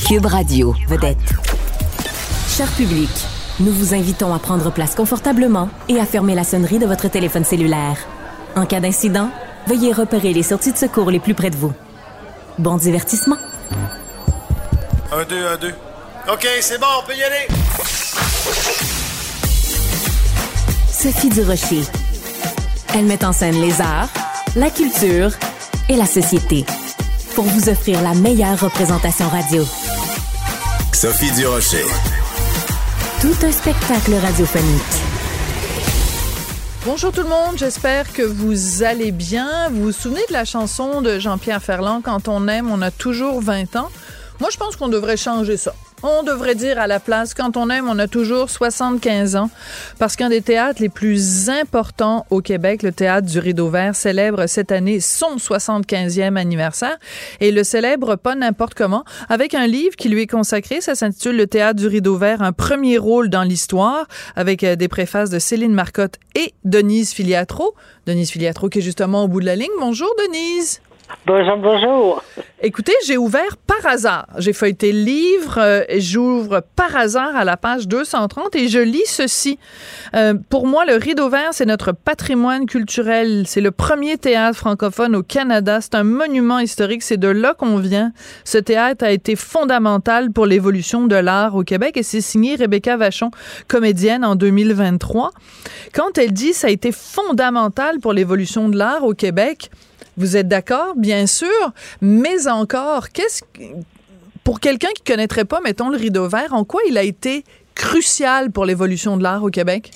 Cube Radio, vedette. Cher public, nous vous invitons à prendre place confortablement et à fermer la sonnerie de votre téléphone cellulaire. En cas d'incident, veuillez repérer les sorties de secours les plus près de vous. Bon divertissement. 1, 2, 1, 2. OK, c'est bon, on peut y aller. Sophie Durocher. Elle met en scène les arts, la culture et la société pour vous offrir la meilleure représentation radio. Sophie Durocher. Tout un spectacle radiophonique. Bonjour tout le monde, j'espère que vous allez bien. Vous vous souvenez de la chanson de Jean-Pierre Ferland, « Quand on aime, on a toujours 20 ans ». Moi, je pense qu'on devrait changer ça. On devrait dire à la place, quand on aime, on a toujours 75 ans. Parce qu'un des théâtres les plus importants au Québec, le Théâtre du Rideau-Vert, célèbre cette année son 75e anniversaire. Et le célèbre pas n'importe comment, avec un livre qui lui est consacré. Ça s'intitule « Le Théâtre du Rideau-Vert, un premier rôle dans l'histoire », avec des préfaces de Céline Marcotte et Denise Filiatro. Denise Filiatro qui est justement au bout de la ligne. Bonjour Denise. Bonjour, bonjour. Écoutez, j'ai ouvert par hasard. J'ai feuilleté le livre, j'ouvre par hasard à la page 230 et je lis ceci. Pour moi, le Rideau-Vert, c'est notre patrimoine culturel. C'est le premier théâtre francophone au Canada. C'est un monument historique. C'est de là qu'on vient. Ce théâtre a été fondamental pour l'évolution de l'art au Québec et c'est signé Rebecca Vachon, comédienne en 2023. Quand elle dit ça a été fondamental pour l'évolution de l'art au Québec, vous êtes d'accord, bien sûr, mais encore, pour quelqu'un qui ne connaîtrait pas, mettons, le Rideau-Vert, en quoi il a été crucial pour l'évolution de l'art au Québec?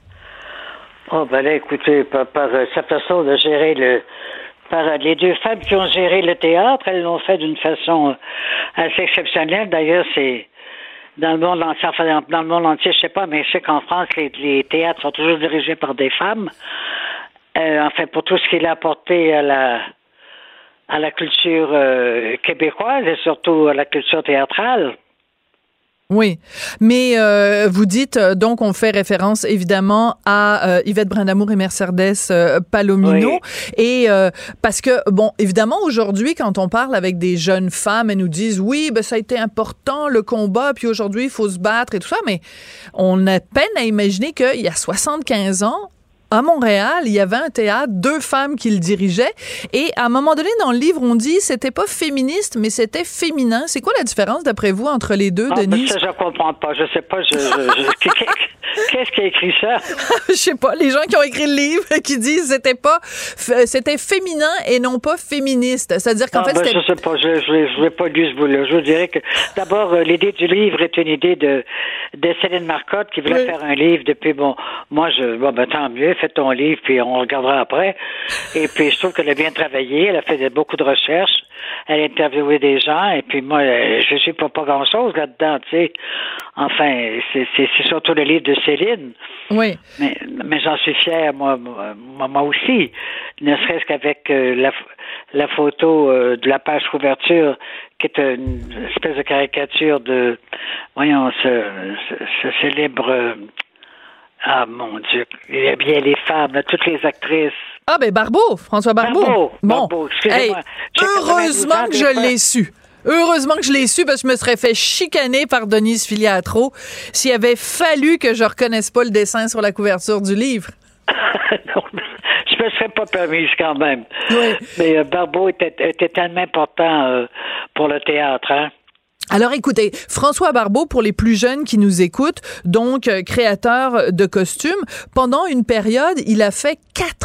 Oh, ben là, écoutez, par sa façon de gérer par les deux femmes qui ont géré le théâtre, elles l'ont fait d'une façon assez exceptionnelle. D'ailleurs, c'est dans le monde entier, enfin, dans le monde entier, je sais pas, mais je sais qu'en France, les théâtres sont toujours dirigés par des femmes. Enfin, pour tout ce qu'il a apporté à la culture québécoise et surtout à la culture théâtrale. Oui, mais vous dites, donc on fait référence évidemment à Yvette Brindamour et Mercedes Palomino, oui. Et parce que, bon, évidemment aujourd'hui quand on parle avec des jeunes femmes, elles nous disent, oui, ben ça a été important le combat, puis aujourd'hui il faut se battre et tout ça, mais on a peine à imaginer qu'il y a 75 ans, à Montréal, il y avait un théâtre, 2 femmes qui le dirigeaient, et à un moment donné, dans le livre, on dit c'était pas féministe, mais c'était féminin. C'est quoi la différence, d'après vous, entre les deux, Denise? Ça, je comprends pas. Je sais pas. Qu'est-ce qui a écrit ça? Je sais pas. Les gens qui ont écrit le livre, qui disent c'était féminin et non pas féministe. C'est-à-dire qu'en fait, je sais pas. Je l'ai pas lu ce bout-là. Je vous dirais que, d'abord, l'idée du livre est une idée de Céline Marcotte qui voulait faire un livre depuis, tant mieux, fais ton livre, puis on regardera après. Et puis, je trouve qu'elle a bien travaillé, elle a fait beaucoup de recherches, elle a interviewé des gens, et puis moi, je sais pas grand-chose là-dedans, tu sais. Enfin, c'est surtout le livre de Céline. Oui. Mais j'en suis fier, moi aussi, ne serait-ce qu'avec la photo de la page couverture, qui est une espèce de caricature de, voyons, ce célèbre... Ah, mon Dieu. Il y a bien les femmes, là, toutes les actrices. Ah, ben François Barbeau. Barbeau, excusez-moi. Heureusement que je l'ai su. Heureusement que je l'ai su parce que je me serais fait chicaner par Denise Filiatro s'il avait fallu que je reconnaisse pas le dessin sur la couverture du livre. Non, je me serais pas permise quand même. Oui. Mais Barbeau était tellement important pour le théâtre, hein? Alors écoutez, François Barbeau, pour les plus jeunes qui nous écoutent, donc créateur de costumes, pendant une période, il a fait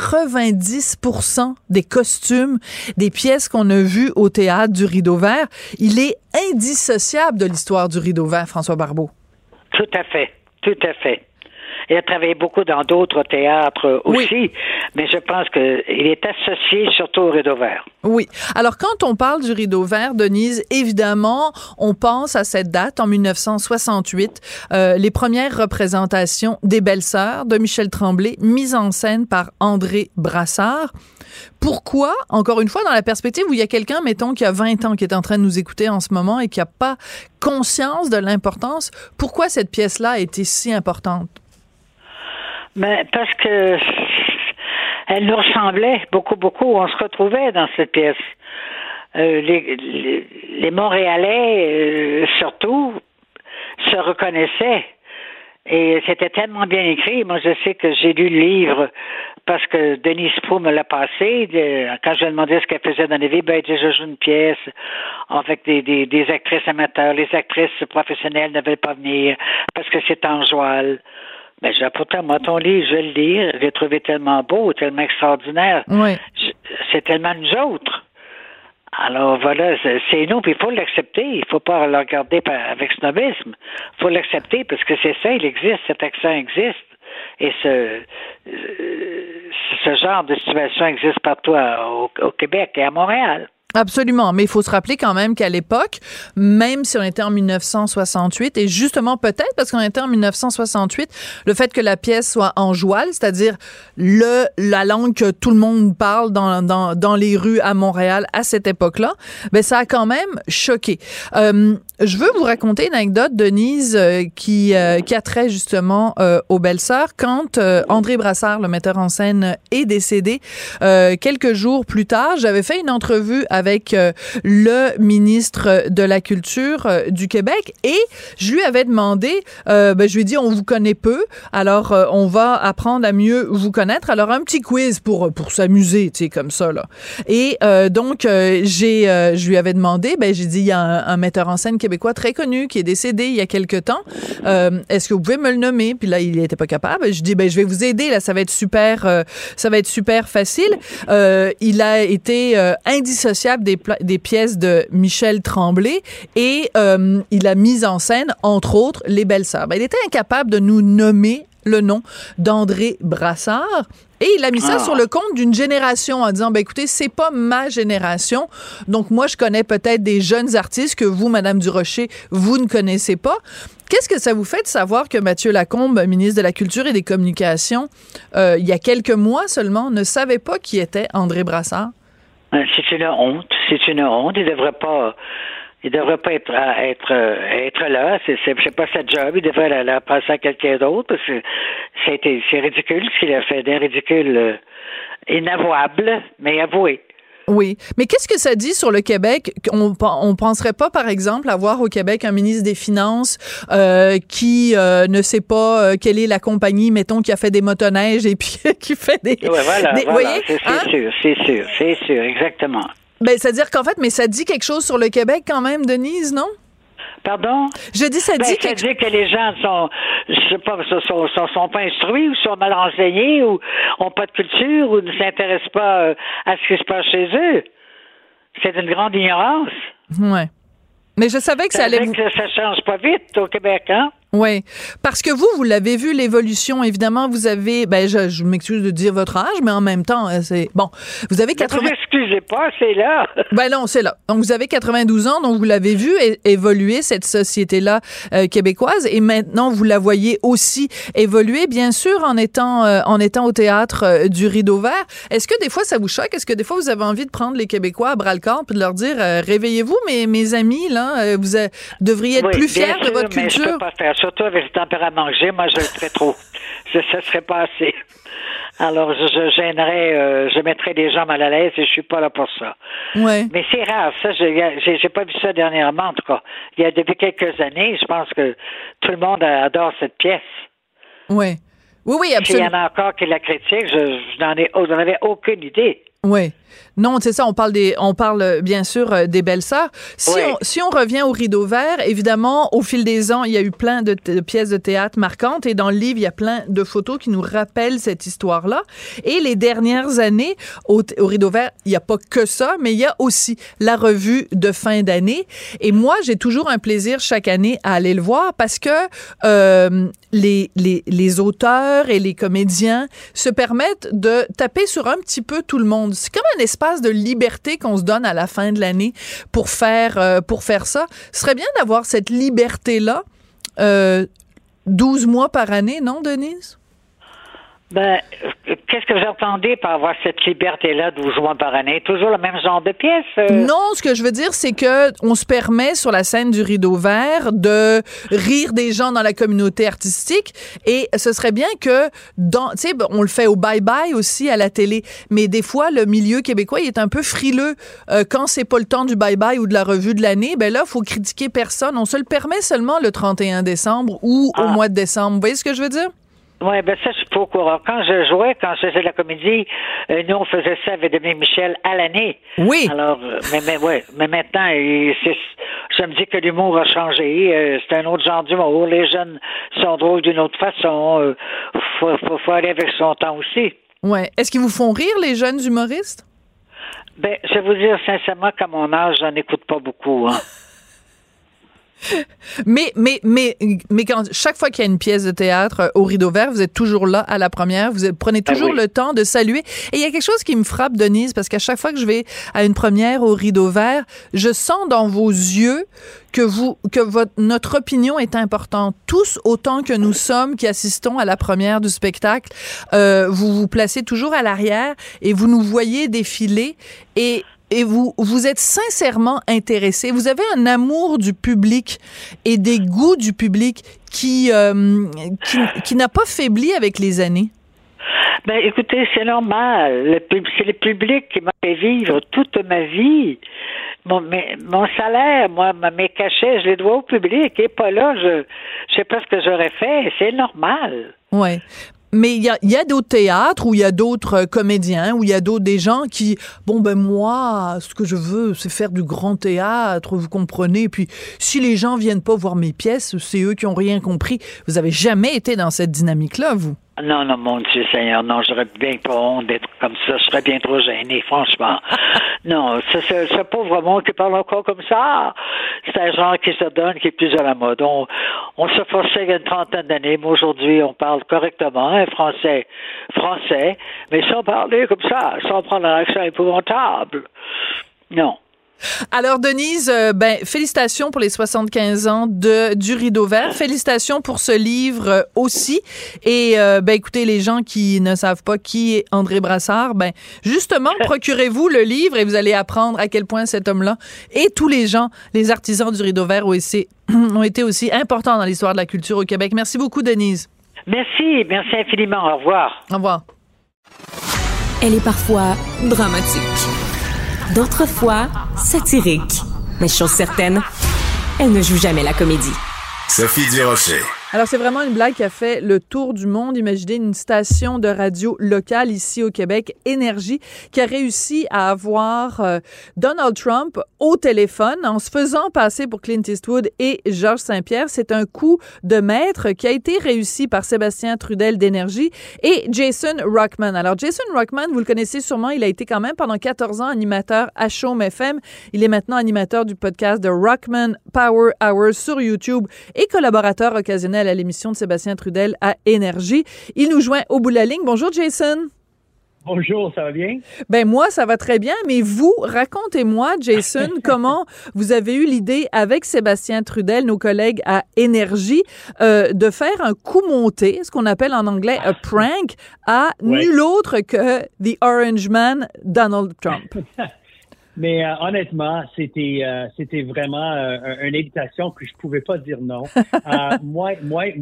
90% des costumes des pièces qu'on a vues au théâtre du Rideau-Vert. Il est indissociable de l'histoire du Rideau-Vert, François Barbeau. Tout à fait, tout à fait. Il a travaillé beaucoup dans d'autres théâtres aussi, oui. Mais je pense qu'il est associé surtout au Rideau-Vert. Oui. Alors, quand on parle du Rideau-Vert, Denise, évidemment, on pense à cette date, en 1968, les premières représentations des Belles-Sœurs de Michel Tremblay, mises en scène par André Brassard. Pourquoi, encore une fois, dans la perspective où il y a quelqu'un, mettons, qui a 20 ans, qui est en train de nous écouter en ce moment et qui n'a pas conscience de l'importance, pourquoi cette pièce-là a été si importante? Mais parce que elle nous ressemblait beaucoup. On se retrouvait dans cette pièce. les Montréalais, surtout, se reconnaissaient. Et c'était tellement bien écrit. Moi, je sais que j'ai lu le livre parce que Denise Proulx me l'a passé. Quand je lui ai demandé ce qu'elle faisait dans la vie, elle dit, je joue une pièce avec des actrices amateurs. Les actrices professionnelles ne veulent pas venir parce que c'est en joual. Mais j'ai pourtant, moi, ton livre, je vais le lire. Je l'ai trouvé tellement beau, tellement extraordinaire. Oui. C'est tellement nous autres. Alors voilà, c'est nous, puis il faut l'accepter. Il faut pas le regarder avec snobisme. Il faut l'accepter parce que c'est ça, il existe, cet accent existe. Et ce genre de situation existe partout au Québec et à Montréal. Absolument, mais il faut se rappeler quand même qu'à l'époque, même si on était en 1968, et justement peut-être parce qu'on était en 1968, le fait que la pièce soit en joual, c'est-à-dire la langue que tout le monde parle dans les rues à Montréal à cette époque-là, ben ça a quand même choqué. Je veux vous raconter une anecdote, Denise, qui a trait justement aux Belles-Sœurs. Quand André Brassard, le metteur en scène, est décédé, quelques jours plus tard, j'avais fait une entrevue avec le ministre de la Culture du Québec et je lui avais demandé, je lui ai dit, on vous connaît peu, alors on va apprendre à mieux vous connaître. Alors un petit quiz pour s'amuser, tu sais, comme ça, là. Et donc, je lui avais demandé, j'ai dit, il y a un metteur en scène québécois très connu qui est décédé il y a quelque temps. Est-ce que vous pouvez me le nommer? Puis là, il n'était pas capable. Je dis, je vais vous aider, là, ça va être super facile. Il a été indissociable des pièces de Michel Tremblay et il a mis en scène, entre autres, Les Belles-Sœurs. Il était incapable de nous nommer le nom d'André Brassard. Et il a mis ça sur le compte d'une génération en disant, écoutez, c'est pas ma génération. Donc, moi, je connais peut-être des jeunes artistes que vous, Madame Durocher, vous ne connaissez pas. Qu'est-ce que ça vous fait de savoir que Mathieu Lacombe, ministre de la Culture et des Communications, il y a quelques mois seulement, ne savait pas qui était André Brassard? C'est une honte. C'est une honte. Il devrait pas être là. C'est pas sa job. Il devrait la passer à quelqu'un d'autre parce que c'est ridicule ce qu'il a fait. D'un ridicule inavouable, mais avoué. Oui. Mais qu'est-ce que ça dit sur le Québec? On penserait pas, par exemple, avoir au Québec un ministre des Finances qui ne sait pas quelle est la compagnie, mettons, qui a fait des motoneiges et puis qui fait des... Ouais, voilà. Voyez? C'est sûr, exactement. C'est-à-dire qu'en fait, mais ça dit quelque chose sur le Québec quand même, Denise, non? Pardon? Je dis, ça dit que les gens sont pas instruits ou sont mal renseignés ou ont pas de culture ou ne s'intéressent pas à ce qui se passe chez eux. C'est une grande ignorance. Ouais. Mais je savais que ça allait... Ça change pas vite au Québec, hein? Oui, parce que vous l'avez vu, l'évolution, évidemment, vous avez, je m'excuse de dire votre âge, mais en même temps, c'est, bon, vous avez 80... Ne vous excusez pas, c'est là. Non, c'est là. Donc, vous avez 92 ans, donc vous l'avez vu évoluer, cette société-là québécoise, et maintenant, vous la voyez aussi évoluer, bien sûr, en étant au théâtre du Rideau Vert. Est-ce que des fois, ça vous choque? Est-ce que des fois, vous avez envie de prendre les Québécois à bras-le-corps puis de leur dire, réveillez-vous, mes amis, là, vous devriez être plus fiers de votre culture? Mais je peux pas faire. Surtout avec le tempérament que j'ai, moi, je le ferais trop. Ça serait pas assez. Alors, je mettrais les gens mal à l'aise et je suis pas là pour ça. Ouais. Mais c'est rare. Ça, j'ai pas vu ça dernièrement, en tout cas. Depuis quelques années, je pense que tout le monde adore cette pièce. Oui. Oui, absolument. S'il y en a encore qui la critiquent, je n'en avais aucune idée. Oui. Non, c'est ça, on parle bien sûr des Belles-Sœurs. Si on revient au Rideau Vert, évidemment, au fil des ans, il y a eu plein de pièces de théâtre marquantes et dans le livre, il y a plein de photos qui nous rappellent cette histoire-là. Et les dernières années, au Rideau Vert, il n'y a pas que ça, mais il y a aussi la revue de fin d'année. Et moi, j'ai toujours un plaisir chaque année à aller le voir parce que les auteurs et les comédiens se permettent de taper sur un petit peu tout le monde. C'est comme un espace de liberté qu'on se donne à la fin de l'année pour faire ça. Ce serait bien d'avoir cette liberté-là 12 mois par année, non, Denise? Ben, qu'est-ce que vous entendez par avoir cette liberté-là de 12 mois par année? Toujours le même genre de pièce? Non, ce que je veux dire, c'est que on se permet sur la scène du Rideau Vert de rire des gens dans la communauté artistique, et ce serait bien que tu sais, on le fait au bye-bye aussi à la télé, mais des fois, le milieu québécois, il est un peu frileux. Quand c'est pas le temps du bye-bye ou de la revue de l'année, ben là, faut critiquer personne. On se le permet seulement le 31 décembre ou au mois de décembre. Vous voyez ce que je veux dire? Oui, ben ça, je suis pas au courant. Quand je faisais de la comédie, nous, on faisait ça avec Dominique Michel à l'année. Oui. Alors, mais maintenant, je me dis que l'humour a changé. C'est un autre genre d'humour. Les jeunes sont drôles d'une autre façon. Faut aller avec son temps aussi. Ouais. Est-ce qu'ils vous font rire, les jeunes humoristes? Ben, je vais vous dire sincèrement qu'à mon âge, j'en écoute pas beaucoup, hein. Mais quand chaque fois qu'il y a une pièce de théâtre au Rideau Vert, vous êtes toujours là à la première, prenez toujours le temps de saluer. Et il y a quelque chose qui me frappe, Denise, parce qu'à chaque fois que je vais à une première au Rideau Vert, je sens dans vos yeux que notre opinion est importante. Tous autant que nous sommes qui assistons à la première du spectacle, vous vous placez toujours à l'arrière et vous nous voyez défiler et vous êtes sincèrement intéressé. Vous avez un amour du public et des goûts du public qui n'a pas faibli avec les années. Ben, écoutez, c'est normal. C'est le public qui m'a fait vivre toute ma vie. Mon salaire, moi, mes cachets, je les dois au public. Et pas là, je sais pas ce que j'aurais fait. C'est normal. Ouais. Mais il y a d'autres théâtres où il y a d'autres comédiens, où il y a des gens qui, moi, ce que je veux, c'est faire du grand théâtre, vous comprenez. Puis si les gens viennent pas voir mes pièces, c'est eux qui ont rien compris. Vous avez jamais été dans cette dynamique-là, vous? Non, mon Dieu Seigneur, non, j'aurais bien pas honte d'être comme ça. Je serais bien trop gêné, franchement. Non, ce pauvre monde qui parle encore comme ça, c'est un genre qui se donne, qui est plus à la mode. On se forçait il y a une trentaine d'années, mais aujourd'hui, on parle correctement, français, mais sans parler comme ça, sans prendre un accent épouvantable. Non. Alors, Denise, félicitations pour les 75 ans du Rideau Vert. Félicitations pour ce livre aussi. Et, écoutez, les gens qui ne savent pas qui est André Brassard, justement, procurez-vous le livre et vous allez apprendre à quel point cet homme-là et tous les gens, les artisans du Rideau Vert ont été aussi importants dans l'histoire de la culture au Québec. Merci beaucoup, Denise. Merci infiniment. Au revoir. Au revoir. Elle est parfois dramatique. D'autres fois, satirique. Mais chose certaine, elle ne joue jamais la comédie. Sophie Durocher. Alors, c'est vraiment une blague qui a fait le tour du monde. Imaginez une station de radio locale ici au Québec, Énergie, qui a réussi à avoir Donald Trump au téléphone en se faisant passer pour Clint Eastwood et Georges Saint-Pierre. C'est un coup de maître qui a été réussi par Sébastien Trudel d'Énergie et Jason Rockman. Alors, Jason Rockman, vous le connaissez sûrement, il a été quand même pendant 14 ans animateur à Chaume FM. Il est maintenant animateur du podcast de Rockman Power Hour sur YouTube et collaborateur occasionnel à l'émission de Sébastien Trudel à Énergie. Il nous joint au bout de la ligne. Bonjour, Jason. Bonjour, ça va bien? Moi, ça va très bien, mais vous, racontez-moi, Jason, comment vous avez eu l'idée avec Sébastien Trudel, nos collègues à Énergie, de faire un coup monté, ce qu'on appelle en anglais un prank, à nul autre que The Orange Man, Donald Trump. Mais honnêtement, c'était vraiment une invitation que je pouvais pas dire non. Moi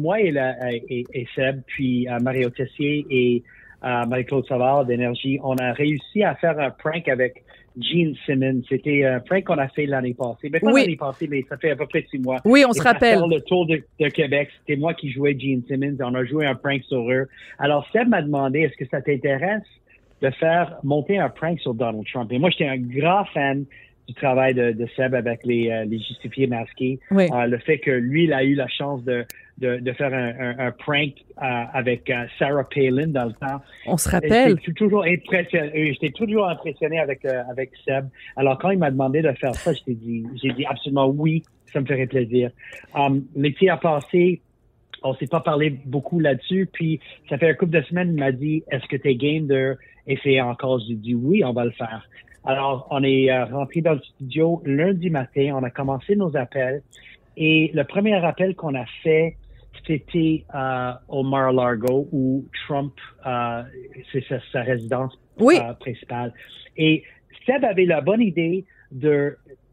et Seb, puis Mario Tessier et Marie-Claude Savard d'Énergie, on a réussi à faire un prank avec Gene Simmons. C'était un prank qu'on a fait l'année passée. Pas l'année passée, mais ça fait à peu près 6 mois. Oui, on se rappelle. Faire le tour de Québec, c'était moi qui jouais Gene Simmons. On a joué un prank sur eux. Alors Seb m'a demandé, est-ce que ça t'intéresse de faire monter un prank sur Donald Trump? Et moi, j'étais un grand fan du travail de Seb avec les justifiés masqués. Oui. Le fait que lui, il a eu la chance de faire un prank avec Sarah Palin dans le temps. On se rappelle. J'étais toujours impressionné avec Seb. Alors, quand il m'a demandé de faire ça, j'ai dit absolument oui, ça me ferait plaisir. L'été a passé, on s'est pas parlé beaucoup là-dessus, puis ça fait un couple de semaines, il m'a dit, est-ce que t'es game de essayer encore? J'ai dit oui, on va le faire. Alors, on est rentré dans le studio lundi matin, on a commencé nos appels, et le premier appel qu'on a fait, c'était au Mar-a-Lago où Trump, c'est sa résidence principale. Et Seb avait la bonne idée de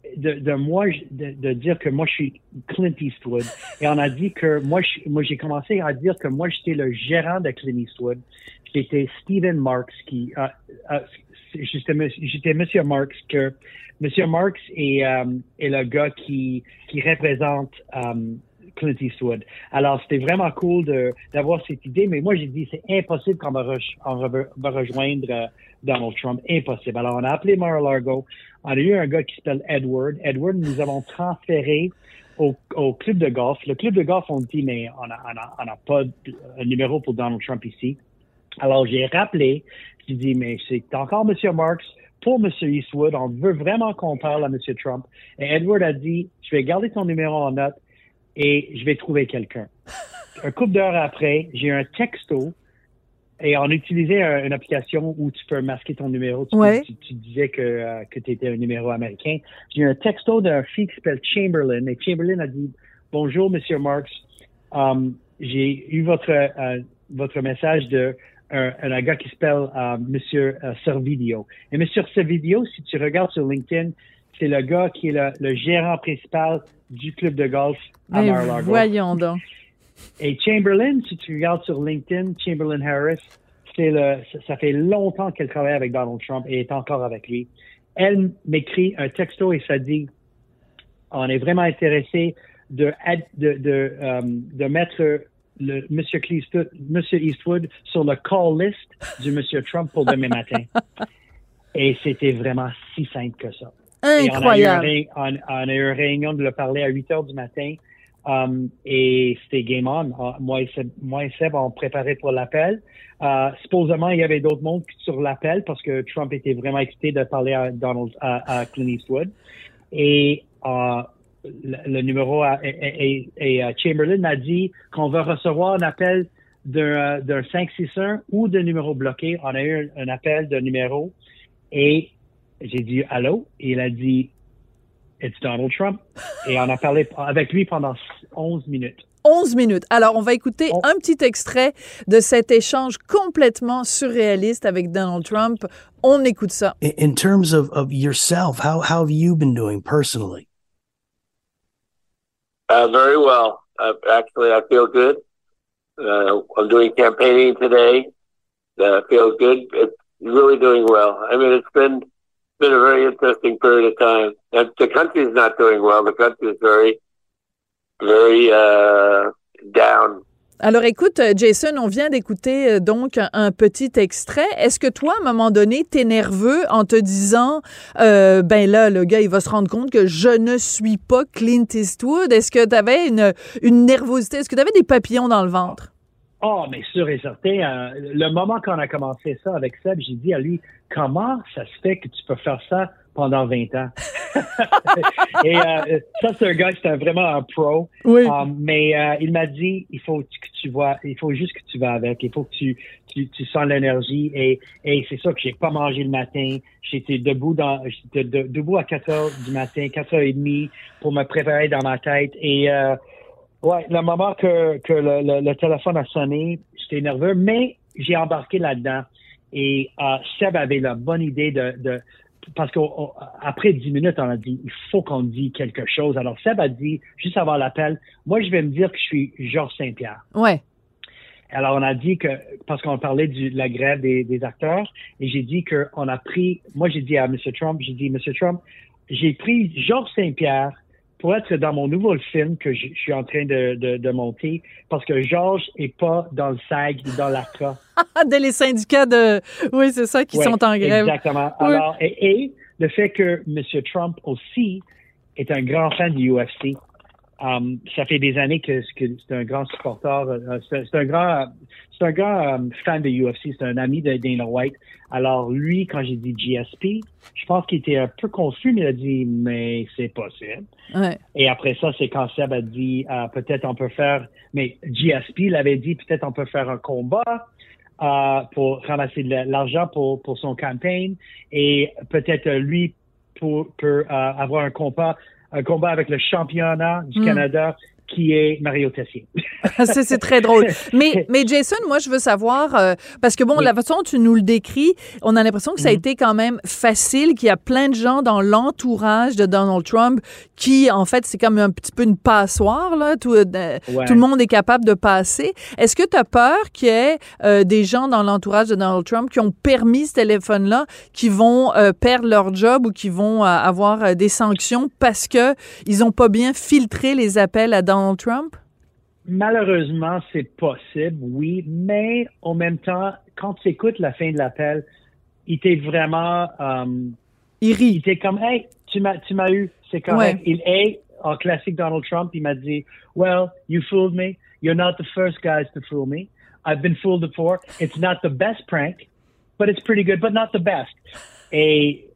dire que moi je suis Clint Eastwood, et on a dit que moi j'ai commencé à dire que moi j'étais le gérant de Clint Eastwood. J'étais Stephen Marks j'étais Monsieur Marks, que Monsieur Marks est le gars qui représente Clint Eastwood. Alors c'était vraiment cool d'avoir cette idée, mais moi j'ai dit c'est impossible qu'on va rejoindre Donald Trump, impossible. Alors on a appelé Mar-a-Lago, on a eu un gars qui s'appelle Edward, nous avons transféré au club de golf. Le club de golf, on dit, mais on n'a pas un numéro pour Donald Trump ici. Alors, j'ai rappelé, j'ai dit, mais c'est encore M. Marks pour M. Eastwood. On veut vraiment qu'on parle à M. Trump. Et Edward a dit, je vais garder ton numéro en note et je vais trouver quelqu'un. Un couple d'heures après, j'ai eu un texto, et on utilisait une application où tu peux masquer ton numéro. Tu disais que tu étais un numéro américain. J'ai eu un texto d'un fille qui s'appelle Chamberlain. Et Chamberlain a dit, bonjour, Monsieur Marks. J'ai eu votre message un gars qui s'appelle Monsieur Servideo. Et Monsieur Servideo, si tu regardes sur LinkedIn, c'est le gars qui est le gérant principal du club de golf à Mar-a-Lago. Voyons donc. Et Chamberlain, si tu regardes sur LinkedIn, Chamberlain Harris, ça fait longtemps qu'elle travaille avec Donald Trump et est encore avec lui. Elle m'écrit un texto et ça dit, on est vraiment intéressé de mettre Monsieur Eastwood sur le call list du Monsieur Trump pour demain matin. Et c'était vraiment si simple que ça. Incroyable. Et on a eu une réunion de le parler à 8h du matin. Et c'était game on. Moi et Seb, on préparait pour l'appel. Supposément, il y avait d'autres mondes sur l'appel parce que Trump était vraiment excité de parler à Clint Eastwood. Et le numéro et Chamberlain m'a dit qu'on va recevoir un appel d'un 561 ou de numéro bloqué. On a eu un appel de numéro et j'ai dit allô. Et il a dit it's Donald Trump. Et on a parlé avec lui pendant 11 minutes. 11 minutes. Alors, on va écouter un petit extrait de cet échange complètement surréaliste avec Donald Trump. On écoute ça. In terms of yourself, how have you been doing personally? Very well. Actually, I feel good. I'm doing campaigning today. Feel good. It's really doing well. I mean, it's been a very interesting period of time. And the country's not doing well. The country is very, very down. Alors écoute, Jason, on vient d'écouter donc un petit extrait. Est-ce que toi, à un moment donné, t'es nerveux en te disant, ben là, le gars, il va se rendre compte que je ne suis pas Clint Eastwood? Est-ce que t'avais une nervosité? Est-ce que t'avais des papillons dans le ventre? Oh, mais sûr et certain. Le moment qu'on a commencé ça avec Seb, j'ai dit à lui, comment ça se fait que tu peux faire ça pendant 20 ans? Et ça, c'est un gars, c'est vraiment un pro. Oui. Mais il m'a dit, il faut juste que tu vas avec. Il faut que tu sens l'énergie. Et c'est ça que j'ai pas mangé le matin. J'étais debout à 4 heures du matin, 4h30 pour me préparer dans ma tête. Et ouais, le moment que le téléphone a sonné, j'étais nerveux, mais j'ai embarqué là-dedans. Et Seb avait la bonne idée parce qu'après 10 minutes, on a dit, il faut qu'on dise quelque chose. Alors, Seb a dit, juste avant l'appel, moi, je vais me dire que je suis Georges Saint-Pierre. Ouais. Alors, on a dit que, parce qu'on parlait de la grève des acteurs, et j'ai dit moi, j'ai dit à M. Trump, M. Trump, j'ai pris Georges Saint-Pierre pour être dans mon nouveau film que je suis en train de monter, parce que Georges est pas dans le SAG, dans l'ACTA. Dès les syndicats oui, c'est ça, qui sont en grève. Exactement. Oui. Alors, et le fait que M. Trump aussi est un grand fan du UFC. Ça fait des années que c'est un grand supporter, c'est un grand fan de UFC, c'est un ami de Dana White. Alors lui, quand j'ai dit GSP, je pense qu'il était un peu confus, mais il a dit mais c'est possible. Ouais. Et après ça, c'est quand Seb a dit peut-être on peut faire, mais GSP l'avait dit peut-être on peut faire un combat pour ramasser de l'argent pour son campagne, et peut-être lui peut avoir un combat avec le championnat du Canada qui est Mario Tessier. C'est très drôle. Mais Jason, moi, je veux savoir, parce que bon, la façon dont tu nous le décris, on a l'impression que ça a été quand même facile, qu'il y a plein de gens dans l'entourage de Donald Trump qui, en fait, c'est comme un petit peu une passoire, là. Tout le monde est capable de passer. Est-ce que tu as peur qu'il y ait des gens dans l'entourage de Donald Trump qui ont permis ce téléphone-là, qui vont perdre leur job ou qui vont avoir des sanctions parce que ils ont pas bien filtré les appels à Donald Trump? Malheureusement, c'est possible, oui, mais en même temps, quand tu écoutes la fin de l'appel, il était vraiment... il rit. Il était comme, hey, tu m'as eu, c'est correct. En classique Donald Trump, il m'a dit, well, you fooled me. You're not the first guys to fool me. I've been fooled before. It's not the best prank, but it's pretty good, but not the best. Et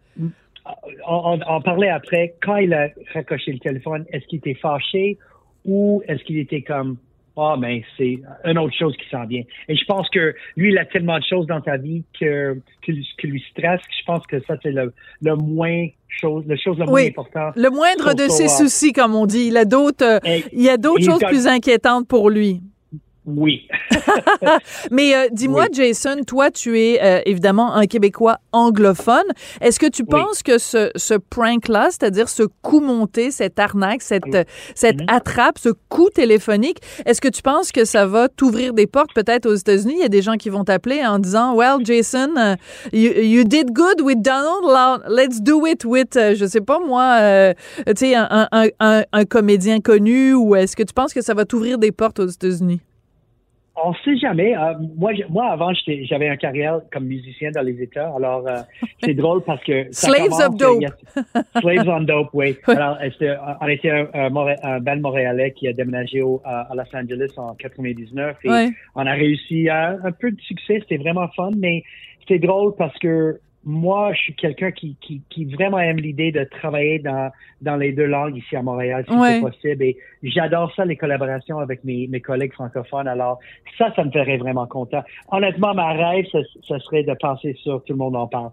on parlait après, quand il a raccroché le téléphone, est-ce qu'il était fâché ou est-ce qu'il était comme, mais c'est une autre chose qui s'en vient. Et je pense que lui, il a tellement de choses dans sa vie que lui stresse, que je pense que ça, c'est le moins important. Le moindre de ses soucis, comme on dit. Il y a d'autres choses plus inquiétantes pour lui. Oui. Mais dis-moi, Jason, toi, tu es évidemment un Québécois anglophone. Est-ce que tu penses que ce prank-là, c'est-à-dire ce coup monté, cette arnaque, cette attrape, ce coup téléphonique, est-ce que tu penses que ça va t'ouvrir des portes peut-être aux États-Unis? Il y a des gens qui vont t'appeler en disant, well, Jason, you did good with Donald, let's do it with, je sais pas moi, tu sais, un comédien connu, ou est-ce que tu penses que ça va t'ouvrir des portes aux États-Unis? On sait jamais. Moi, avant, j'avais une carrière comme musicien dans les États. Alors, c'est drôle parce que... Slaves of Dope. Slaves on Dope, oui. Alors, on était un band montréalais qui a déménagé à Los Angeles en 99. Et on a réussi un peu de succès. C'était vraiment fun, mais c'était drôle parce que moi, je suis quelqu'un qui vraiment aime l'idée de travailler dans les deux langues ici à Montréal, si c'est possible. Et j'adore ça, les collaborations avec mes collègues francophones. Alors, ça me ferait vraiment content. Honnêtement, ma rêve, ça serait de passer sur Tout le monde en parle.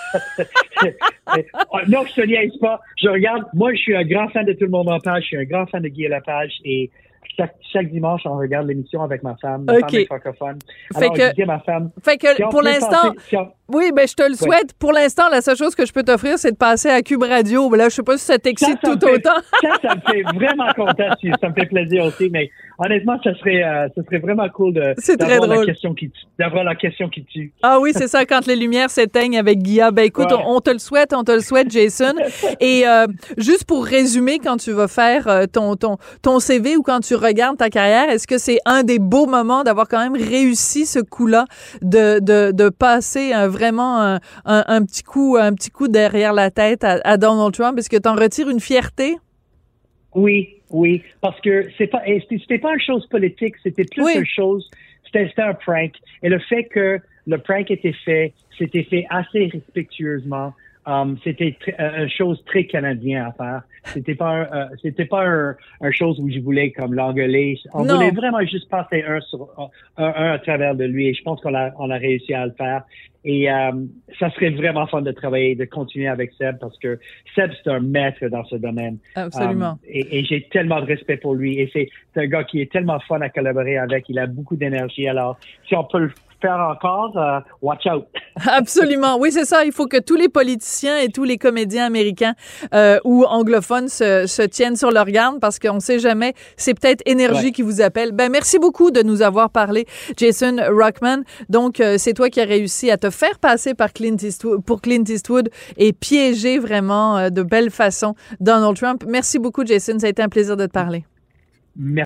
Non, je te niaise pas. Moi, je suis un grand fan de Tout le monde en parle. Je suis un grand fan de Guy Lepage et chaque dimanche, on regarde l'émission avec ma femme. Ma femme est francophone. Alors, je dis à ma femme... Fait que, pour l'instant... Oui, ben je te le souhaite. Pour l'instant, la seule chose que je peux t'offrir, c'est de passer à Cube Radio. Là, je sais pas si ça t'excite tout autant. Ça me fait vraiment content. Ça me fait plaisir aussi. Mais honnêtement, ça serait vraiment cool d'avoir la question qui tue. Ah oui, c'est ça, quand les lumières s'éteignent avec Guilla. Ben écoute, on te le souhaite, Jason. Et juste pour résumer, quand tu vas faire ton CV ou quand tu regardes ta carrière, est-ce que c'est un des beaux moments d'avoir quand même réussi ce coup-là, de passer vraiment un petit coup derrière la tête à Donald Trump? Est-ce que tu en retires une fierté? Oui, parce que c'était pas une chose politique, c'était plus une chose, c'était un prank. Et le fait que le prank c'était fait assez respectueusement. C'était une chose très canadienne à faire. C'était pas un chose où je voulais comme l'engueuler. On voulait vraiment juste passer un à travers de lui. Et je pense qu'on a réussi à le faire. Et ça serait vraiment fun de travailler, de continuer avec Seb parce que Seb c'est un maître dans ce domaine. Absolument. Et j'ai tellement de respect pour lui. Et c'est un gars qui est tellement fun à collaborer avec. Il a beaucoup d'énergie. Alors si on peut le faire encore, watch out. Absolument. Oui, c'est ça. Il faut que tous les politiciens et tous les comédiens américains ou anglophones se tiennent sur leur garde parce qu'on sait jamais. C'est peut-être énergie qui vous appelle. Ben, merci beaucoup de nous avoir parlé, Jason Rockman. Donc, c'est toi qui as réussi à te faire passer pour Clint Eastwood et piéger vraiment de belle façon Donald Trump. Merci beaucoup, Jason. Ça a été un plaisir de te parler. Merci.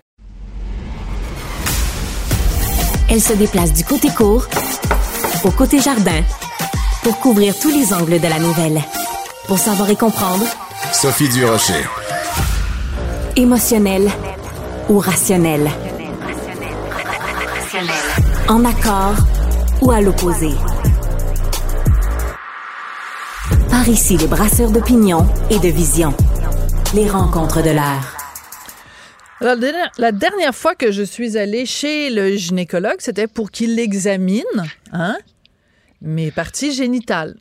Elle se déplace du côté court au côté jardin pour couvrir tous les angles de la nouvelle. Pour savoir et comprendre, Sophie Durocher. Émotionnelle ou rationnelle. En accord ou à l'opposé. Par ici, les brasseurs d'opinion et de vision. Les rencontres de l'heure. Alors, la dernière fois que je suis allée chez le gynécologue, c'était pour qu'il examine mes parties génitales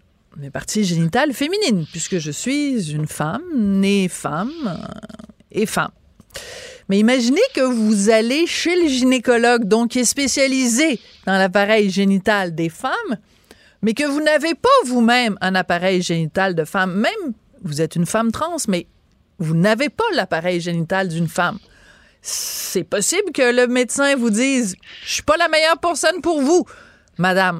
féminines, puisque je suis une femme, née femme et femme. Mais imaginez que vous allez chez le gynécologue, donc qui est spécialisé dans l'appareil génital des femmes, mais que vous n'avez pas vous-même un appareil génital de femme. Même, vous êtes une femme trans, mais vous n'avez pas l'appareil génital d'une femme. C'est possible que le médecin vous dise « Je suis pas la meilleure personne pour vous, madame ».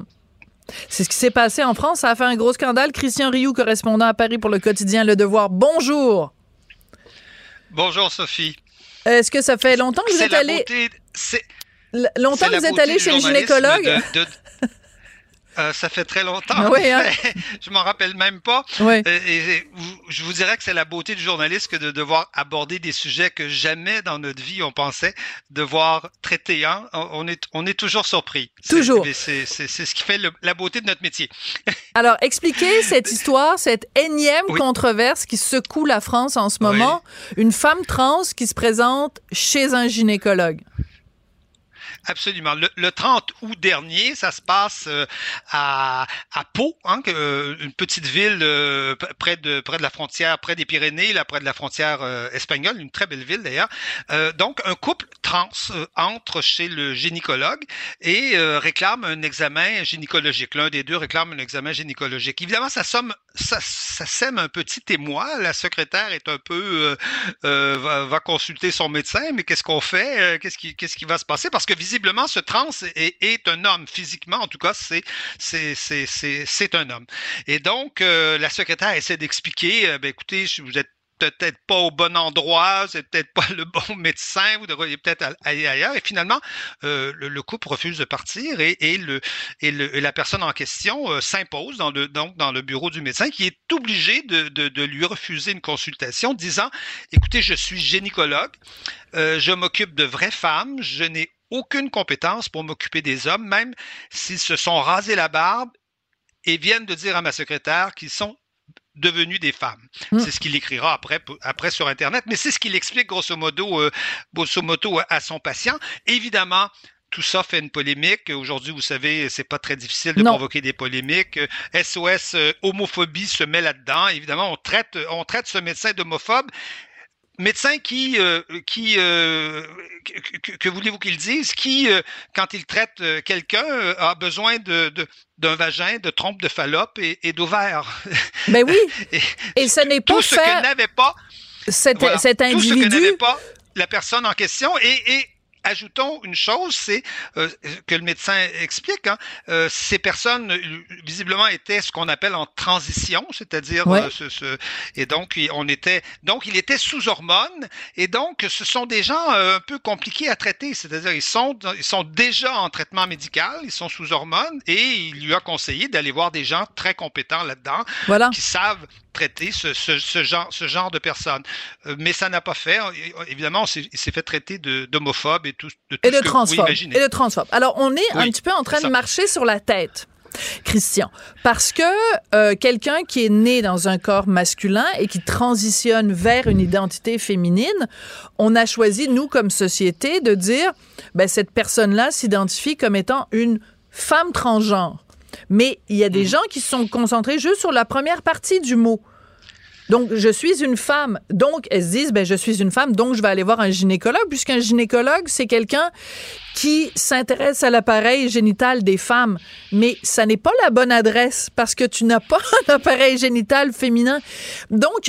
C'est ce qui s'est passé en France. Ça a fait un gros scandale. Christian Rioux, correspondant à Paris pour le quotidien Le Devoir. Bonjour. Bonjour, Sophie. Est-ce que ça fait longtemps que vous êtes allé... Longtemps que vous êtes allé chez le gynécologue? Ça fait très longtemps. Oui, hein? Je m'en rappelle même pas. Oui. Et je vous dirais que c'est la beauté du journaliste que de devoir aborder des sujets que jamais dans notre vie on pensait devoir traiter. Hein? On est toujours surpris. Toujours. C'est ce qui fait la beauté de notre métier. Alors, expliquez cette histoire, cette énième controverse qui secoue la France en ce moment. Une femme trans qui se présente chez un gynécologue. Absolument. Le 30 août dernier, ça se passe à Pau, hein, une petite ville près de la frontière, près des Pyrénées, là, près de la frontière espagnole, une très belle ville d'ailleurs. Donc, un couple trans entre chez le gynécologue et réclame un examen gynécologique. L'un des deux réclame un examen gynécologique. Évidemment, ça sème un petit émoi. La secrétaire est un peu va consulter son médecin, mais qu'est-ce qu'on fait? Qu'est-ce qui va se passer? Parce que visiblement, ce trans est un homme. Physiquement, en tout cas, c'est un homme. Et donc, la secrétaire essaie d'expliquer, écoutez, vous êtes peut-être pas au bon endroit, c'est peut-être pas le bon médecin, vous devriez peut-être aller ailleurs. Et finalement, le couple refuse de partir et la personne en question s'impose dans le bureau du médecin qui est obligé de lui refuser une consultation disant, écoutez, je suis gynécologue, je m'occupe de vraies femmes, je n'ai aucune compétence pour m'occuper des hommes, même s'ils se sont rasés la barbe et viennent de dire à ma secrétaire qu'ils sont devenus des femmes. C'est ce qu'il écrira après sur Internet, mais c'est ce qu'il explique grosso modo à son patient. Évidemment, tout ça fait une polémique. Aujourd'hui, vous savez, c'est pas très difficile de provoquer des polémiques. SOS homophobie se met là-dedans. Évidemment, on traite ce médecin d'homophobe. Médecin que voulez-vous qu'il dise, qui, quand il traite quelqu'un, a besoin d'un vagin, de trompe de Fallope et d'ovaires. Ben oui. Et ce n'est pas tout ce que n'avait pas cet individu. Tout ce que n'avait pas la personne en question et ajoutons une chose, c'est que le médecin explique, hein, ces personnes visiblement étaient ce qu'on appelle en transition, c'est-à-dire et donc il était sous hormones et donc ce sont des gens un peu compliqués à traiter, c'est-à-dire ils sont déjà en traitement médical, ils sont sous hormones et il lui a conseillé d'aller voir des gens très compétents là-dedans, qui savent traiter ce genre de personnes. Mais ça n'a pas fait. Évidemment, il s'est fait traiter d'homophobe et de transphobe. Et de transphobe. Alors, on est un petit peu en train de marcher sur la tête, Christian, parce que quelqu'un qui est né dans un corps masculin et qui transitionne vers une identité féminine, on a choisi, nous, comme société, de dire, cette personne-là s'identifie comme étant une femme transgenre. Mais il y a des gens qui se sont concentrés juste sur la première partie du mot. Donc, je suis une femme. Donc, elles se disent, je suis une femme, donc je vais aller voir un gynécologue, puisqu'un gynécologue, c'est quelqu'un qui s'intéresse à l'appareil génital des femmes. Mais ça n'est pas la bonne adresse, parce que tu n'as pas un appareil génital féminin. Donc,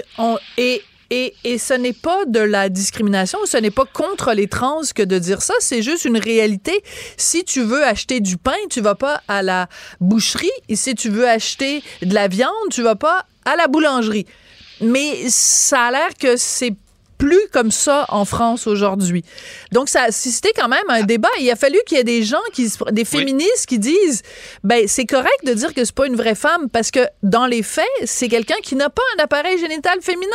Et ce n'est pas de la discrimination, ce n'est pas contre les trans que de dire ça, c'est juste une réalité. Si tu veux acheter du pain, tu vas pas à la boucherie, et si tu veux acheter de la viande, tu vas pas à la boulangerie. Mais ça a l'air que c'est plus comme ça en France aujourd'hui. Donc, ça a suscité quand même un débat. Il a fallu qu'il y ait des gens, des féministes qui disent, c'est correct de dire que c'est pas une vraie femme, parce que dans les faits, c'est quelqu'un qui n'a pas un appareil génital féminin.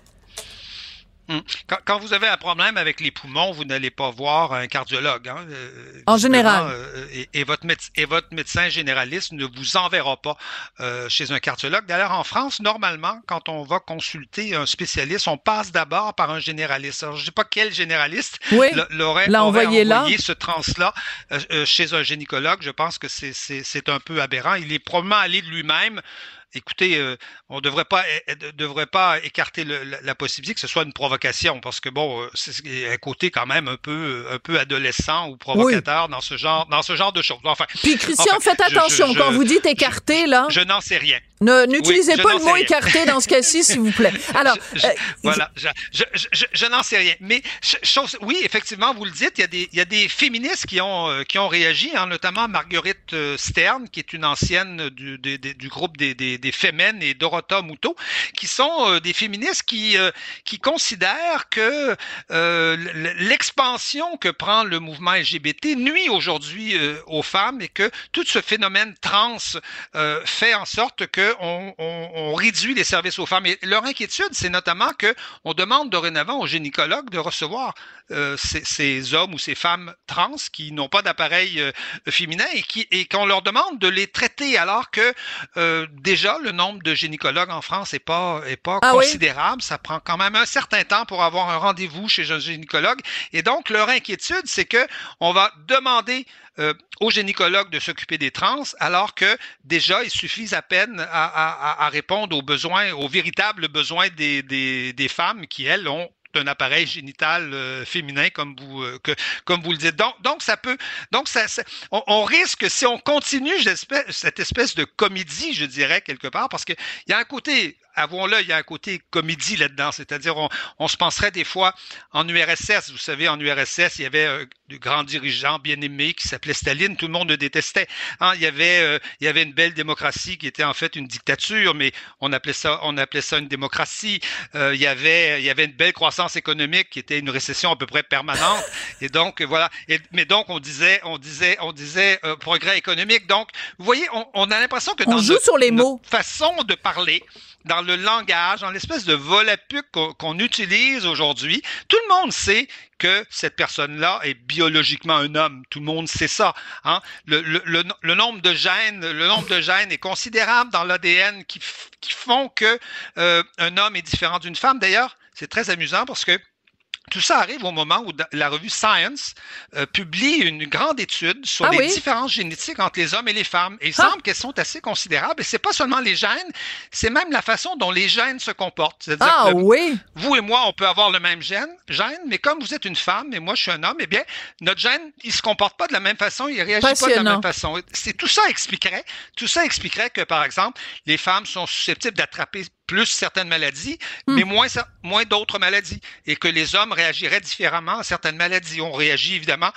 Quand vous avez un problème avec les poumons, vous n'allez pas voir un cardiologue. Hein, en général. Et votre médecin généraliste ne vous enverra pas chez un cardiologue. D'ailleurs, en France, normalement, quand on va consulter un spécialiste, on passe d'abord par un généraliste. Alors, je ne sais pas quel généraliste l'aurait envoyé ce trans-là chez un gynécologue. Je pense que c'est un peu aberrant. Il est probablement allé de lui-même écoutez, on devrait pas écarter la possibilité que ce soit une provocation, parce que bon, c'est un côté quand même un peu adolescent ou provocateur dans ce genre de choses. Enfin, puis Christian, faites attention quand vous dites écarter là. Je n'en sais rien. N'utilisez pas le mot écarté dans ce cas-ci, s'il vous plaît. Alors, voilà, je n'en sais rien. Mais oui, effectivement, vous le dites, il y a des féministes qui ont réagi, hein, notamment Marguerite Stern, qui est une ancienne du groupe des Femen, et Dorota Muto, qui sont des féministes qui considèrent que l'expansion que prend le mouvement LGBT nuit aujourd'hui aux femmes, et que tout ce phénomène trans fait en sorte que on réduit les services aux femmes. Et leur inquiétude, c'est notamment que on demande dorénavant aux gynécologues de recevoir ces hommes ou ces femmes trans qui n'ont pas d'appareil féminin, et qu'on leur demande de les traiter, alors que déjà le nombre de gynécologues en France est pas considérable. Oui? Ça prend quand même un certain temps pour avoir un rendez-vous chez un gynécologue. Et donc leur inquiétude, c'est que on va demander aux gynécologues de s'occuper des trans, alors que déjà il suffit à peine à répondre aux véritables besoins des femmes qui, elles, ont un appareil génital féminin, comme vous le dites. On risque, si on continue cette espèce de comédie, je dirais, quelque part, parce que il y a un côté, avouons-le, il y a un côté comédie là-dedans, c'est-à-dire on se penserait des fois en URSS. Vous savez, en URSS, il y avait de grands dirigeants bien aimés qui s'appelait Staline, tout le monde le détestait. Hein, il y avait une belle démocratie qui était en fait une dictature, mais on appelait ça une démocratie. Il y avait une belle croissance économique qui était une récession à peu près permanente. Et donc voilà. Mais donc on disait progrès économique. Donc vous voyez, on a l'impression que dans notre façon de parler, dans le langage, dans l'espèce de volapük qu'on utilise aujourd'hui, tout le monde sait que cette personne-là est biologiquement un homme. Tout le monde sait ça. Hein? Le nombre de gènes est considérable dans l'ADN qui font que un homme est différent d'une femme. D'ailleurs, c'est très amusant parce que tout ça arrive au moment où la revue Science publie une grande étude sur les différences génétiques entre les hommes et les femmes. Et il semble qu'elles sont assez considérables. Et c'est pas seulement les gènes, c'est même la façon dont les gènes se comportent. C'est-à-dire que vous et moi, on peut avoir le même gène, mais comme vous êtes une femme et moi je suis un homme, eh bien, notre gène, il se comporte pas de la même façon, il réagit pas de la même façon. Tout ça expliquerait que, par exemple, les femmes sont susceptibles d'attraper plus certaines maladies, mais moins d'autres maladies, et que les hommes réagiraient différemment à certaines maladies. On réagit évidemment,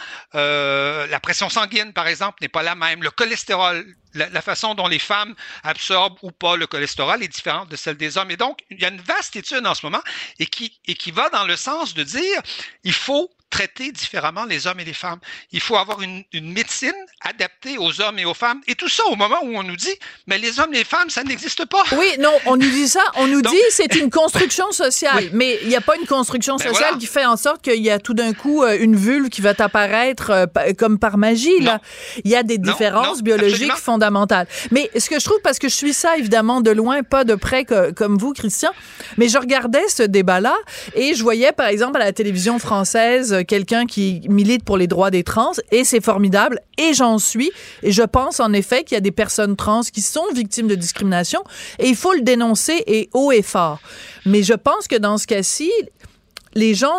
la pression sanguine, par exemple, n'est pas la même. Le cholestérol, la façon dont les femmes absorbent ou pas le cholestérol est différente de celle des hommes. Et donc, il y a une vaste étude en ce moment et qui va dans le sens de dire il faut traiter différemment les hommes et les femmes. Il faut avoir une médecine adaptée aux hommes et aux femmes. Et tout ça au moment où on nous dit, mais les hommes et les femmes, ça n'existe pas. Oui, non, on nous dit ça. On nous dit c'est une construction sociale. Oui. Mais il n'y a pas une construction sociale qui fait en sorte qu'il y a tout d'un coup une vulve qui va apparaître comme par magie. Là. Il y a des différences biologiques fondamentales. Mais ce que je trouve, parce que je suis ça évidemment de loin, pas de près comme vous, Christian, mais je regardais ce débat-là et je voyais par exemple à la télévision française quelqu'un qui milite pour les droits des trans, et c'est formidable, et j'en suis, et je pense en effet qu'il y a des personnes trans qui sont victimes de discrimination, et il faut le dénoncer, et haut et fort. Mais je pense que dans ce cas-ci, les gens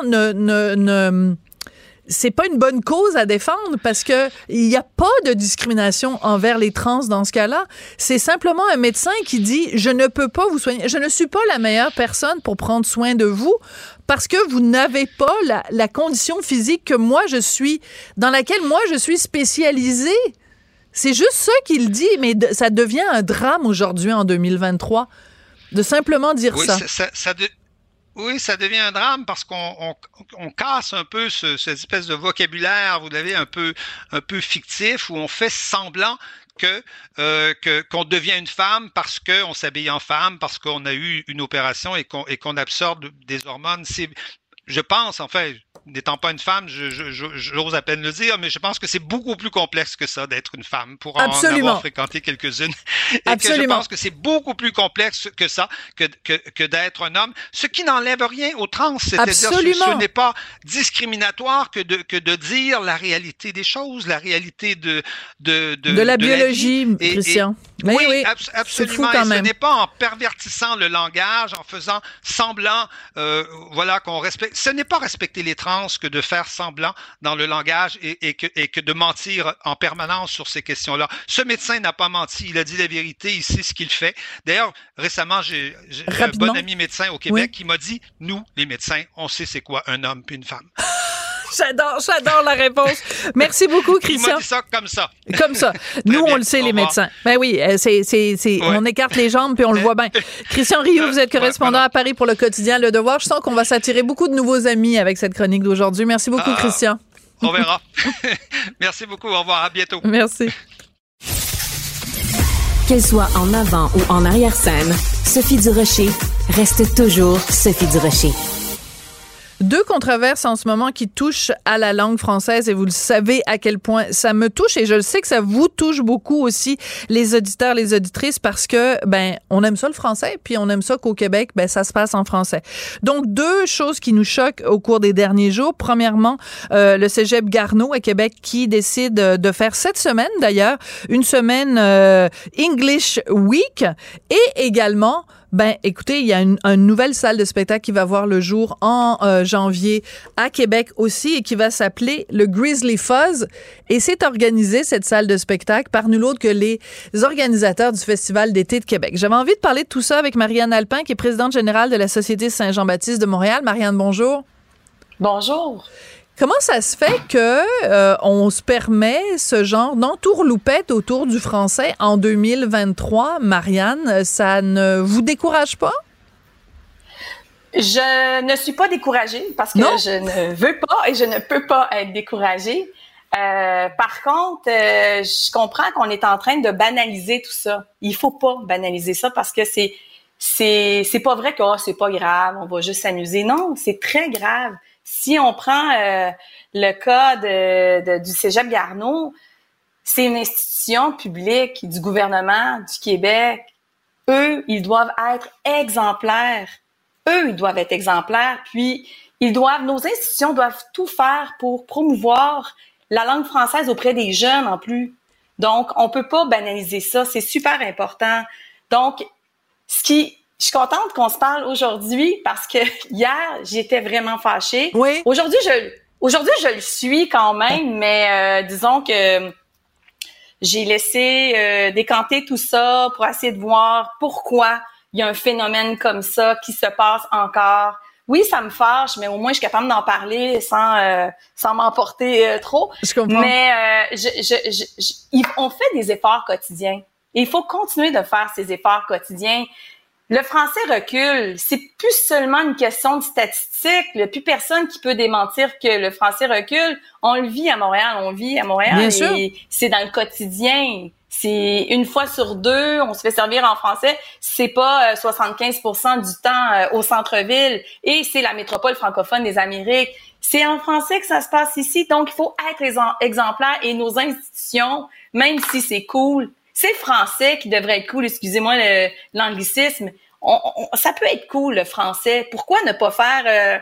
c'est pas une bonne cause à défendre, parce que il y a pas de discrimination envers les trans dans ce cas-là. C'est simplement un médecin qui dit je ne peux pas vous soigner, je ne suis pas la meilleure personne pour prendre soin de vous parce que vous n'avez pas la condition physique que moi je suis, dans laquelle moi je suis spécialisée. C'est juste ça qu'il dit, mais ça devient un drame aujourd'hui en 2023 de simplement dire ça. Oui, ça devient un drame parce qu'on casse un peu cette espèce de vocabulaire, vous l'avez un peu fictif, où on fait semblant qu'on devient une femme parce qu'on s'habille en femme, parce qu'on a eu une opération et qu'on absorbe des hormones. Je pense, enfin, n'étant pas une femme, j'ose à peine le dire, mais je pense que c'est beaucoup plus complexe que ça d'être une femme, pour en avoir fréquenté quelques-unes. Et que je pense que c'est beaucoup plus complexe que ça, que d'être un homme. Ce qui n'enlève rien aux trans, c'est-à-dire ce n'est pas discriminatoire que de dire la réalité des choses, la réalité de la biologie, Christian. Oui, absolument. C'est fou quand même. Ce n'est pas en pervertissant le langage, en faisant semblant, qu'on respecte. Ce n'est pas respecter les trans que de faire semblant dans le langage et que de mentir en permanence sur ces questions-là. Ce médecin n'a pas menti, il a dit la vérité, il sait ce qu'il fait. D'ailleurs, récemment, j'ai un bon ami médecin au Québec qui m'a dit, nous, les médecins, on sait c'est quoi un homme puis une femme. J'adore la réponse. Merci beaucoup, Christian. Il m'a dit ça comme ça. Comme ça. Nous, on le sait, les médecins. Ben oui, on écarte les jambes puis on le voit bien. Christian Rioux, vous êtes correspondant à Paris pour le quotidien Le Devoir. Je sens qu'on va s'attirer beaucoup de nouveaux amis avec cette chronique d'aujourd'hui. Merci beaucoup, Christian. On verra. Merci beaucoup. Au revoir. À bientôt. Merci. Qu'elle soit en avant ou en arrière-scène, Sophie Durocher reste toujours Sophie Durocher. Deux controverses en ce moment qui touchent à la langue française et vous le savez à quel point ça me touche et je le sais que ça vous touche beaucoup aussi, les auditeurs, les auditrices, parce que, on aime ça le français puis on aime ça qu'au Québec, ça se passe en français. Donc, deux choses qui nous choquent au cours des derniers jours. Premièrement, le cégep Garneau à Québec qui décide de faire cette semaine d'ailleurs, une semaine English Week et également écoutez, il y a une nouvelle salle de spectacle qui va voir le jour en janvier à Québec aussi et qui va s'appeler le Grizzly Fuzz. Et c'est organisé, cette salle de spectacle, par nul autre que les organisateurs du Festival d'été de Québec. J'avais envie de parler de tout ça avec Marianne Alpin, qui est présidente générale de la Société Saint-Jean-Baptiste de Montréal. Marianne, bonjour. Bonjour. Comment ça se fait que on se permet ce genre d'entourloupette autour du français en 2023, Marianne? Ça ne vous décourage pas? Je ne suis pas découragée parce que je ne veux pas et je ne peux pas être découragée. Par contre, je comprends qu'on est en train de banaliser tout ça. Il faut pas banaliser ça parce que c'est pas vrai que c'est pas grave, on va juste s'amuser. Non, c'est très grave. Si on prend le cas du cégep Garneau, c'est une institution publique du gouvernement du Québec. Eux, ils doivent être exemplaires. Puis nos institutions doivent tout faire pour promouvoir la langue française auprès des jeunes en plus. Donc, on peut pas banaliser ça, c'est super important. Donc, je suis contente qu'on se parle aujourd'hui parce que hier, j'étais vraiment fâchée. Oui. Aujourd'hui, je le suis quand même, mais disons que j'ai laissé décanter tout ça pour essayer de voir pourquoi il y a un phénomène comme ça qui se passe encore. Oui, ça me fâche, mais au moins je suis capable d'en parler sans m'emporter trop. Je comprends. Mais on fait des efforts quotidiens. Et il faut continuer de faire ces efforts quotidiens. Le français recule. C'est plus seulement une question de statistiques. Il n'y a plus personne qui peut démentir que le français recule. On le vit à Montréal. Bien sûr. Et c'est dans le quotidien. C'est une fois sur deux, on se fait servir en français. C'est pas 75% du temps au centre-ville. Et c'est la métropole francophone des Amériques. C'est en français que ça se passe ici. Donc, il faut être exemplaires. Et nos institutions, même si c'est cool, c'est le français qui devrait être cool. Excusez-moi l'anglicisme. Ça peut être cool, le français. Pourquoi ne pas faire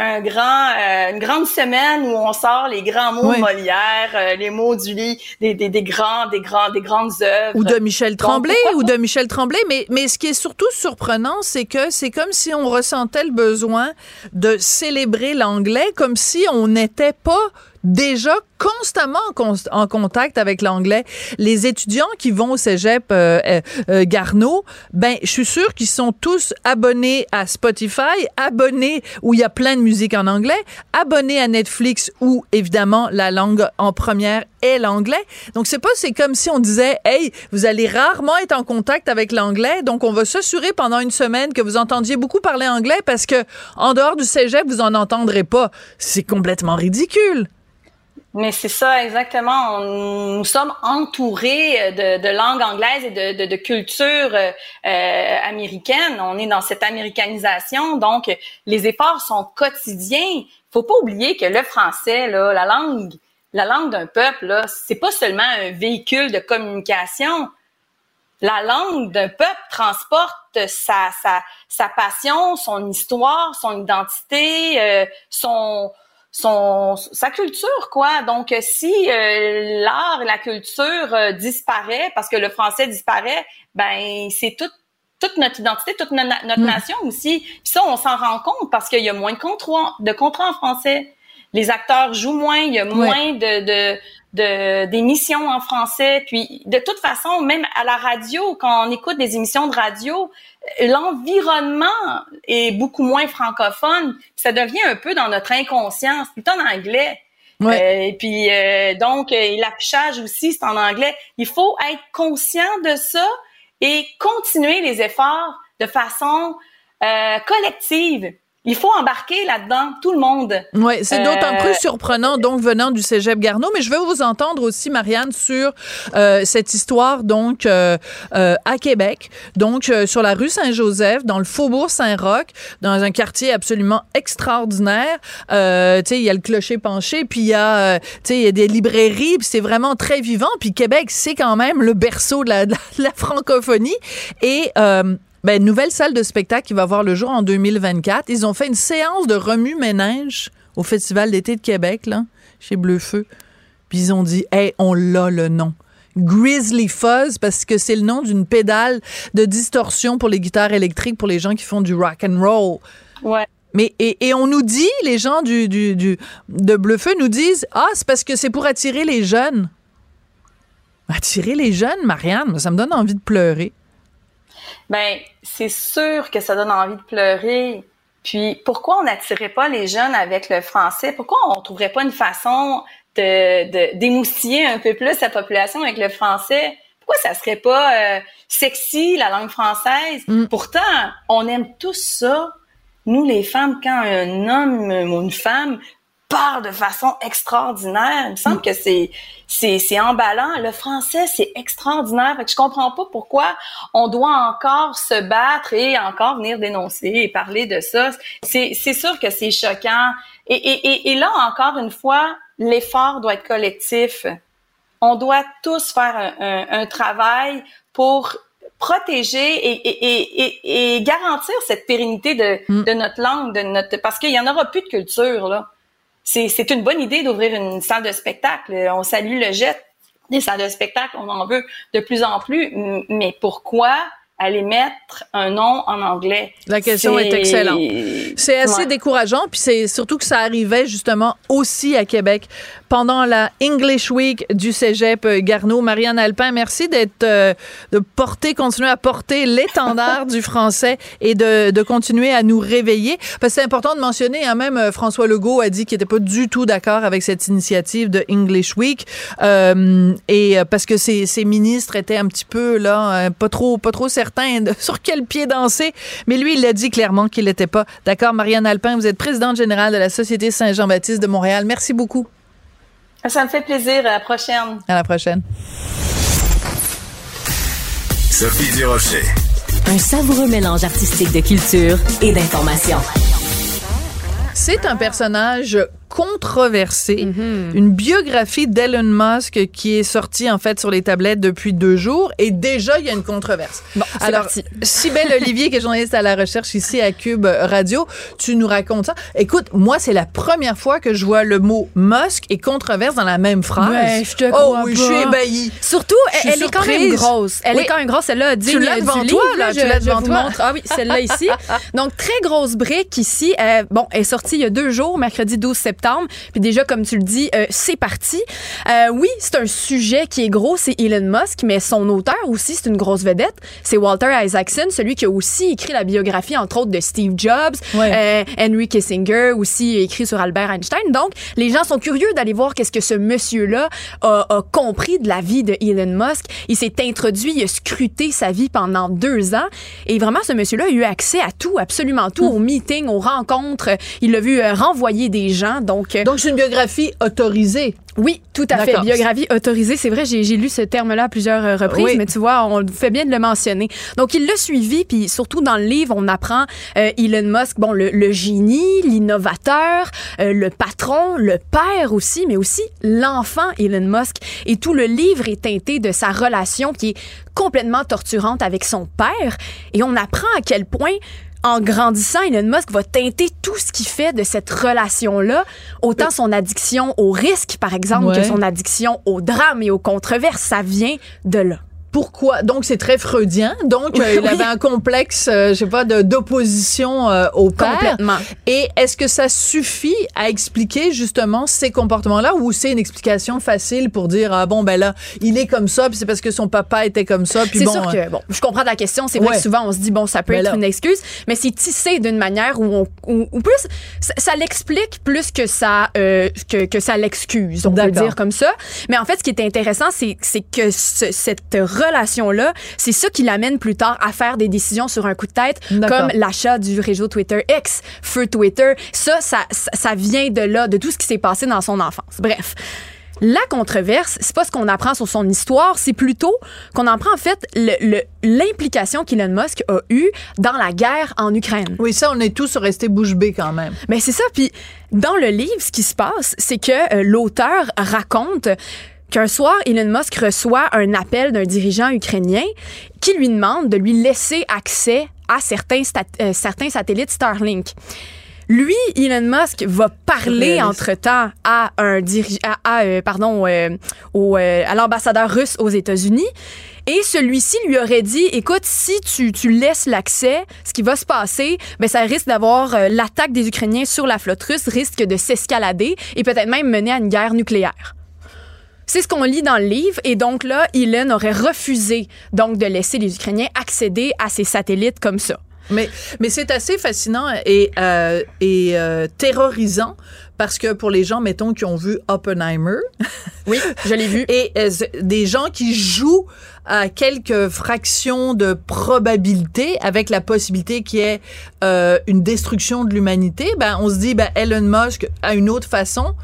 une grande semaine où on sort les grands mots de Molière, les mots du lit, des grandes œuvres. Ou de Michel Tremblay, mais ce qui est surtout surprenant, c'est que c'est comme si on ressentait le besoin de célébrer l'anglais, comme si on n'était pas déjà constamment en contact avec l'anglais. Les étudiants qui vont au cégep Garneau, je suis sûre qu'ils sont tous abonnés à Spotify, abonnés où il y a plein de musique en anglais, abonnés à Netflix où, évidemment, la langue en première est l'anglais. Donc, c'est comme si on disait, hey, vous allez rarement être en contact avec l'anglais, donc on va s'assurer pendant une semaine que vous entendiez beaucoup parler anglais parce que en dehors du cégep, vous en entendrez pas. C'est complètement ridicule. Mais c'est ça, exactement. Nous sommes entourés de langue anglaise et de culture américaine. On est dans cette américanisation, donc les efforts sont quotidiens. Faut pas oublier que le français, là, la langue d'un peuple, là, c'est pas seulement un véhicule de communication. La langue d'un peuple transporte sa passion, son histoire, son identité, sa culture, quoi. Donc, si l'art et la culture disparaît parce que le français disparaît, ben c'est toute notre identité, toute notre nation aussi. Puis ça, on s'en rend compte parce qu'il y a moins de contrats en français. Les acteurs jouent moins, il y a moins d'émissions en français. Puis, de toute façon, même à la radio, quand on écoute des émissions de radio, l'environnement est beaucoup moins francophone. Ça devient un peu dans notre inconscience, plutôt en anglais. Ouais. Donc, l'affichage aussi, c'est en anglais. Il faut être conscient de ça et continuer les efforts de façon collective. Il faut embarquer là-dedans tout le monde. Oui, c'est d'autant plus surprenant, donc, venant du Cégep Garneau. Mais je veux vous entendre aussi, Marianne, sur cette histoire, donc, à Québec, donc, sur la rue Saint-Joseph, dans le faubourg Saint-Roch, dans un quartier absolument extraordinaire. Tu sais, il y a le clocher penché, puis il y a, tu sais, il y a des librairies, puis c'est vraiment très vivant. Puis Québec, c'est quand même le berceau de la francophonie. Et nouvelle salle de spectacle qui va voir le jour en 2024. Ils ont fait une séance de remue-ménage au Festival d'été de Québec, là, chez Bleu-Feu. Puis ils ont dit, hey, on l'a le nom. Grizzly Fuzz, parce que c'est le nom d'une pédale de distorsion pour les guitares électriques pour les gens qui font du rock and roll. Ouais. Mais et on nous dit, les gens de Bleu-Feu nous disent, c'est parce que c'est pour attirer les jeunes. Attirer les jeunes, Marianne, ça me donne envie de pleurer. Ben, c'est sûr que ça donne envie de pleurer. Puis, pourquoi on n'attirait pas les jeunes avec le français? Pourquoi on trouverait pas une façon d'émoustiller un peu plus la population avec le français? Pourquoi ça serait pas sexy, la langue française? Pourtant, on aime tous ça. Nous, les femmes, quand un homme ou une femme parle de façon extraordinaire, il me semble que c'est emballant. Le français, c'est extraordinaire. Fait que je comprends pas pourquoi on doit encore se battre et encore venir dénoncer et parler de ça. C'est sûr que c'est choquant. Et là, encore une fois, l'effort doit être collectif. On doit tous faire un travail pour protéger et garantir cette pérennité de notre langue, parce qu'il y en aura plus de culture, là. C'est une bonne idée d'ouvrir une salle de spectacle. On salue le jet des salles de spectacle. On en veut de plus en plus. Mais pourquoi aller mettre un nom en anglais? La question est excellente. C'est assez décourageant. Puis c'est surtout que ça arrivait justement aussi à Québec pendant la English Week du Cégep Garneau. Marianne Alpin, merci de continuer à porter l'étendard du français et de continuer à nous réveiller. Parce que c'est important de mentionner, même François Legault a dit qu'il n'était pas du tout d'accord avec cette initiative de English Week. Et parce que ses ministres étaient un petit peu là, pas trop certains sur quel pied danser. Mais lui, il a dit clairement qu'il n'était pas d'accord. Marianne Alpin, vous êtes présidente générale de la Société Saint-Jean-Baptiste de Montréal. Merci beaucoup. Ça me fait plaisir. À la prochaine. À la prochaine. Sophie Durocher. Un savoureux mélange artistique de culture et d'information. C'est un personnage controversé, une biographie d'Elon Musk qui est sortie en fait sur les tablettes depuis 2 jours et déjà il y a une controverse. Bon, alors Cybèle Olivier qui est journaliste à la recherche ici à Cube Radio, tu nous racontes ça. Écoute, moi c'est la première fois que je vois le mot Musk et controverse dans la même phrase. Ouais, je te crois oui, je suis ébahie. Surtout, elle est quand même grosse. Elle est quand même grosse. Elle a digne tu l'as devant du toi, livre, là. Tu l'as devant toi. Ah oui, celle-là ici. Donc très grosse brique ici. Elle est sortie il y a 2 jours, mercredi 12 septembre. Puis déjà, comme tu le dis, c'est parti. Oui, c'est un sujet qui est gros, c'est Elon Musk, mais son auteur aussi, c'est une grosse vedette. C'est Walter Isaacson, celui qui a aussi écrit la biographie, entre autres, de Steve Jobs. Henry Kissinger, aussi écrit sur Albert Einstein. Donc, les gens sont curieux d'aller voir qu'est-ce que ce monsieur-là a compris de la vie de Elon Musk. Il s'est introduit, il a scruté sa vie pendant 2 ans. Et vraiment, ce monsieur-là a eu accès à tout, absolument tout, aux meetings, aux rencontres. Il a vu renvoyer des gens. Donc c'est une biographie autorisée. Oui, tout à fait. Biographie autorisée, c'est vrai, j'ai lu ce terme-là à plusieurs reprises, mais tu vois, on fait bien de le mentionner. Donc, il l'a suivi, puis surtout dans le livre, on apprend Elon Musk, le génie, l'innovateur, le patron, le père aussi, mais aussi l'enfant Elon Musk. Et tout le livre est teinté de sa relation qui est complètement torturante avec son père. Et on apprend à quel point en grandissant, Elon Musk va teinter tout ce qu'il fait de cette relation-là, autant son addiction au risque, par exemple, que son addiction au drame et aux controverses. Ça vient de là. Pourquoi? Donc, c'est très freudien. Donc, il avait un complexe, je sais pas, d'opposition au père. Complètement. Et est-ce que ça suffit à expliquer, justement, ces comportements-là, ou c'est une explication facile pour dire, ah bon, ben là, il est comme ça, puis c'est parce que son papa était comme ça, puis c'est bon... sûr que, bon, je comprends ta question. C'est vrai que souvent, on se dit, bon, ça peut être une excuse, mais c'est tissé d'une manière où plus, ça l'explique plus que ça, que ça l'excuse, on peut dire comme ça. Mais en fait, ce qui est intéressant, c'est que cette relation-là, c'est ça qui l'amène plus tard à faire des décisions sur un coup de tête, comme l'achat du réseau Twitter X, feu Twitter. Ça vient de là, de tout ce qui s'est passé dans son enfance. Bref. La controverse, c'est pas ce qu'on apprend sur son histoire, c'est plutôt qu'on apprend en fait l'implication qu'Elon Musk a eue dans la guerre en Ukraine. Oui, ça, on est tous restés bouche bée quand même. Mais c'est ça. Puis dans le livre, ce qui se passe, c'est que l'auteur raconte qu'un soir, Elon Musk reçoit un appel d'un dirigeant ukrainien qui lui demande de lui laisser accès à certains satellites Starlink. Lui, Elon Musk va parler entre-temps à l'ambassadeur russe aux États-Unis. Et celui-ci lui aurait dit, écoute, si tu laisses l'accès, ce qui va se passer, ben ça risque d'avoir l'attaque des Ukrainiens sur la flotte russe risque de s'escalader et peut-être même mener à une guerre nucléaire. C'est ce qu'on lit dans le livre. Et donc là, Elon aurait refusé donc de laisser les Ukrainiens accéder à ces satellites comme ça. Mais c'est assez fascinant et terrorisant parce que pour les gens, mettons, qui ont vu Oppenheimer. Oui, je l'ai vu. Et des gens qui jouent à quelques fractions de probabilité avec la possibilité qu'il y ait une destruction de l'humanité, ben on se dit, ben Elon Musk, à une autre façon,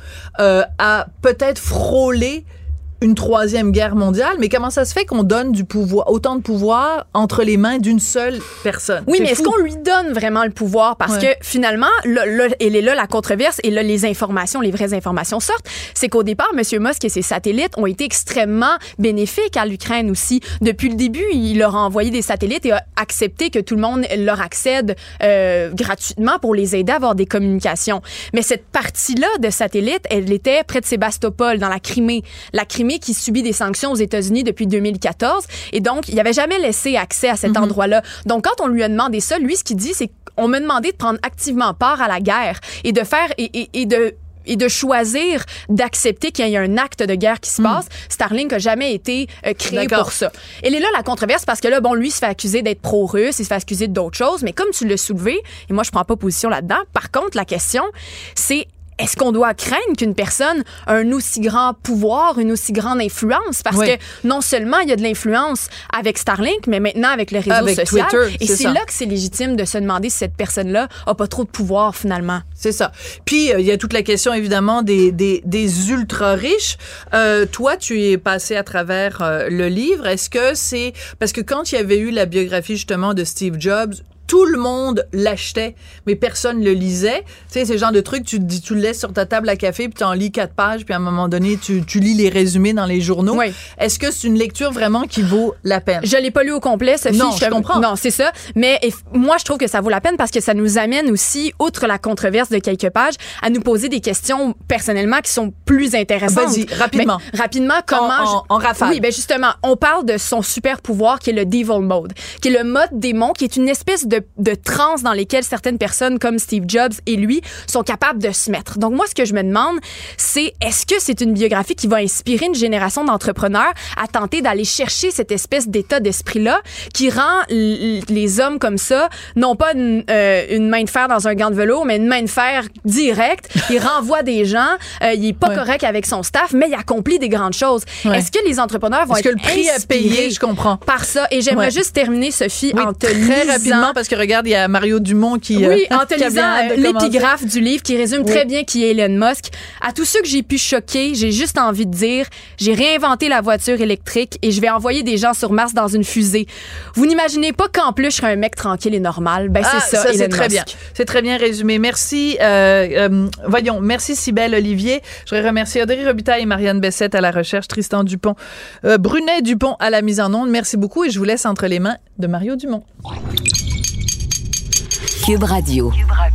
a peut-être frôlé une troisième guerre mondiale, mais comment ça se fait qu'on donne du pouvoir, autant de pouvoir entre les mains d'une seule personne? Oui, mais est-ce qu'on lui donne vraiment le pouvoir? Parce que finalement, là, elle est là la controverse et là, les informations, les vraies informations sortent. C'est qu'au départ, M. Musk et ses satellites ont été extrêmement bénéfiques à l'Ukraine aussi. Depuis le début, il leur a envoyé des satellites et a accepté que tout le monde leur accède gratuitement pour les aider à avoir des communications. Mais cette partie-là de satellites, elle était près de Sébastopol, dans la Crimée. La Crimée qui subit des sanctions aux États-Unis depuis 2014. Et donc, il n'avait jamais laissé accès à cet endroit-là. Donc, quand on lui a demandé ça, lui, ce qu'il dit, c'est qu'on m'a demandé de prendre activement part à la guerre et de faire et de choisir d'accepter qu'il y ait un acte de guerre qui se passe. Starlink n'a jamais été créé pour ça. Elle est là, la controverse, parce que là, bon, lui, il se fait accuser d'être pro-russe, il se fait accuser d'autres choses, mais comme tu l'as soulevé, et moi, je prends pas position là-dedans, par contre, la question, c'est est-ce qu'on doit craindre qu'une personne a un aussi grand pouvoir, une aussi grande influence? Parce que non seulement il y a de l'influence avec Starlink, mais maintenant avec le réseau social. Twitter, et c'est là que c'est légitime de se demander si cette personne-là a pas trop de pouvoir, finalement. C'est ça. Puis, il y a toute la question, évidemment, des ultra-riches. Toi, tu es passé à travers le livre. Est-ce que c'est... Parce que quand il y avait eu la biographie, justement, de Steve Jobs, tout le monde l'achetait, mais personne le lisait. Tu sais, c'est le genre de truc, tu le laisses sur ta table à café, puis tu en lis 4 pages, puis à un moment donné, tu lis les résumés dans les journaux. Oui. Est-ce que c'est une lecture vraiment qui vaut la peine? Je l'ai pas lu au complet, Sophie. Non, je comprends. Non, c'est ça. Mais moi, je trouve que ça vaut la peine parce que ça nous amène aussi, outre la controverse de quelques pages, à nous poser des questions personnellement qui sont plus intéressantes. Vas-y, rapidement. Mais, rapidement, comment... En rafale. Oui, ben justement, on parle de son super pouvoir qui est le Devil Mode, qui est le mode démon, qui est une espèce de transe dans lesquelles certaines personnes comme Steve Jobs et lui sont capables de se mettre. Donc moi, ce que je me demande, c'est est-ce que c'est une biographie qui va inspirer une génération d'entrepreneurs à tenter d'aller chercher cette espèce d'état d'esprit-là qui rend les hommes comme ça, non pas une main de fer dans un gant de velours, mais une main de fer directe. Il renvoie des gens, il est pas correct avec son staff, mais il accomplit des grandes choses. Est-ce que les entrepreneurs vont être que le prix à payer, je comprends, par ça? Et j'aimerais juste terminer, Sophie, en te très lisant... rapidement, parce que regarde, il y a Mario Dumont qui... Oui, en te lisant l'épigraphe du livre qui résume très bien qui est Elon Musk. À tous ceux que j'ai pu choquer, j'ai juste envie de dire, j'ai réinventé la voiture électrique et je vais envoyer des gens sur Mars dans une fusée. Vous n'imaginez pas qu'en plus, je serais un mec tranquille et normal. Ben, c'est ça, Elon c'est très Musk. bien. C'est très bien résumé. Merci. Merci Cybèle Olivier. Je voudrais remercier Audrey Robitaille et Marianne Bessette à la recherche, Tristan Dupont, Brunet Dupont à la mise en onde. Merci beaucoup et je vous laisse entre les mains de Mario Dumont. Cube Radio.